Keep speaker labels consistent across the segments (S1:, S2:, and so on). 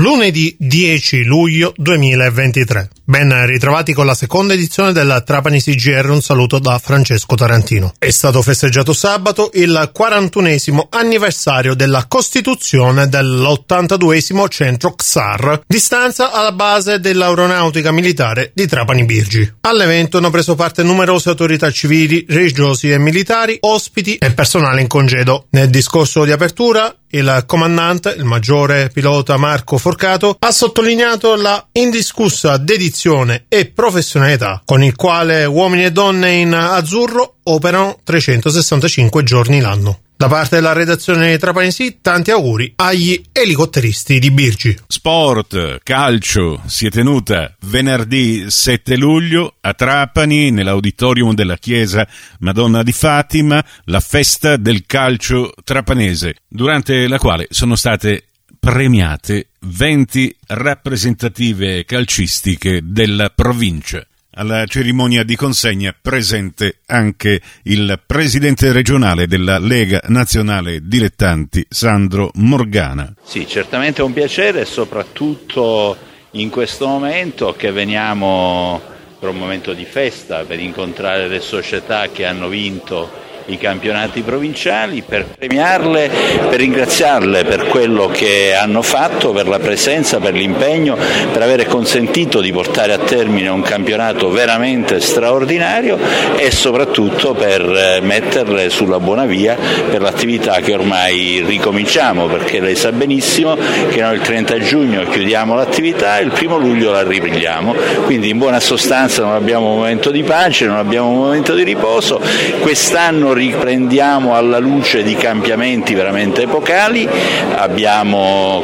S1: lunedì 10 luglio 2023. Ben ritrovati con la seconda edizione della Trapani CGR, un saluto da Francesco Tarantino. È stato festeggiato sabato il 41esimo anniversario della costituzione dell'82esimo centro XAR, di stanza alla base dell'aeronautica militare di Trapani Birgi. All'evento hanno preso parte numerose autorità civili, religiose e militari, ospiti e personale in congedo. Nel discorso di apertura, il comandante, il maggiore pilota Marco Forcato, ha sottolineato la indiscussa dedizione e professionalità con il quale uomini e donne in azzurro operano 365 giorni l'anno. Da parte della redazione di Trapanesi, tanti auguri agli elicotteristi di Birgi.
S2: Sport, calcio, si è tenuta venerdì 7 luglio a Trapani, nell'auditorium della chiesa Madonna di Fatima, la festa del calcio trapanese, durante la quale sono state premiate 20 rappresentative calcistiche della provincia. Alla cerimonia di consegna presente anche il presidente regionale della Lega Nazionale Dilettanti, Sandro Morgana.
S3: Sì, certamente è un piacere, soprattutto in questo momento che veniamo per un momento di festa, per incontrare le società che hanno vinto i campionati provinciali, per premiarle, per ringraziarle per quello che hanno fatto, per la presenza, per l'impegno, per aver consentito di portare a termine un campionato veramente straordinario e soprattutto per metterle sulla buona via per l'attività che ormai ricominciamo, perché lei sa benissimo che noi il 30 giugno chiudiamo l'attività e il 1 luglio la riprendiamo, quindi in buona sostanza non abbiamo un momento di pace, non abbiamo un momento di riposo. Quest'anno riprendiamo alla luce di cambiamenti veramente epocali, abbiamo,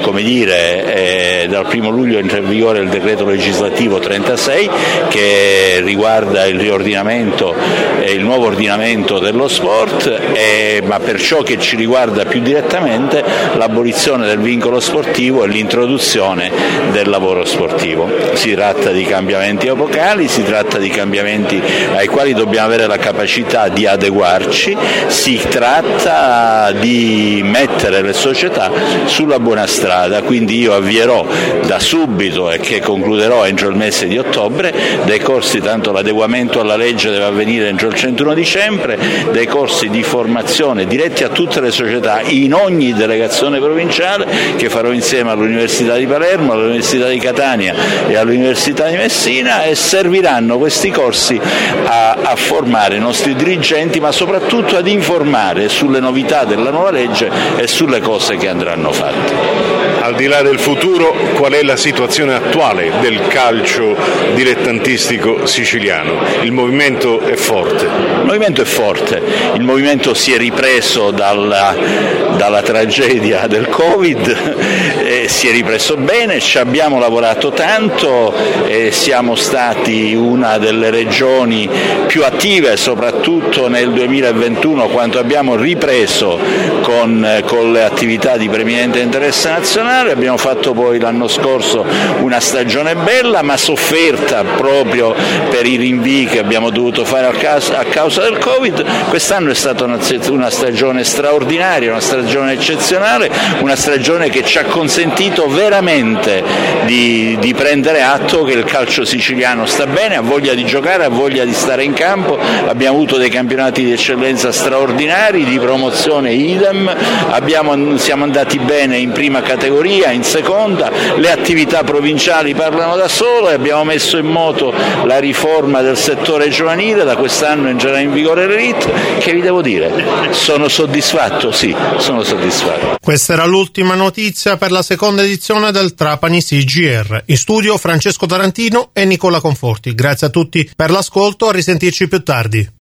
S3: dal 1 luglio entra in vigore il decreto legislativo 36 che riguarda il riordinamento e il nuovo ordinamento dello sport, ma per ciò che ci riguarda più direttamente l'abolizione del vincolo sportivo e l'introduzione del lavoro sportivo. Si tratta di cambiamenti epocali, si tratta di cambiamenti ai quali dobbiamo avere la capacità di adeguarci. Si tratta di mettere le società sulla buona strada, quindi io avvierò da subito e che concluderò entro il mese di ottobre dei corsi, tanto l'adeguamento alla legge deve avvenire entro il 31 dicembre, dei corsi di formazione diretti a tutte le società in ogni delegazione provinciale che farò insieme all'Università di Palermo, all'Università di Catania e all'Università di Messina, e serviranno questi corsi a formare i nostri dirigenti, ma soprattutto ad informare sulle novità della nuova legge e sulle cose che andranno fatte.
S4: Al di là del futuro, qual è la situazione attuale del calcio dilettantistico siciliano? Il movimento è forte.
S3: Il movimento si è ripreso dalla tragedia del Covid, si è ripreso bene, ci abbiamo lavorato tanto, siamo stati una delle regioni più attive, soprattutto nel 2021 quando abbiamo ripreso con le attività di preminente interesse nazionale. Abbiamo fatto poi l'anno scorso una stagione bella ma sofferta proprio per i rinvii che abbiamo dovuto fare a causa del Covid. Quest'anno è stata una stagione straordinaria, una stagione eccezionale, una stagione che ci ha consentito veramente di prendere atto che il calcio siciliano sta bene, ha voglia di giocare, ha voglia di stare in campo. Abbiamo avuto dei campionati di eccellenza straordinari, di promozione idem, siamo andati bene in prima categoria, in seconda, le attività provinciali parlano da sole, abbiamo messo in moto la riforma del settore giovanile, da quest'anno entrerà in vigore l'Elite. Che vi devo dire? Sono soddisfatto? Sì, sono soddisfatto.
S1: Questa era l'ultima notizia per la seconda edizione del Trapani CGR. In studio Francesco Tarantino e Nicola Conforti. Grazie a tutti per l'ascolto, a risentirci più tardi.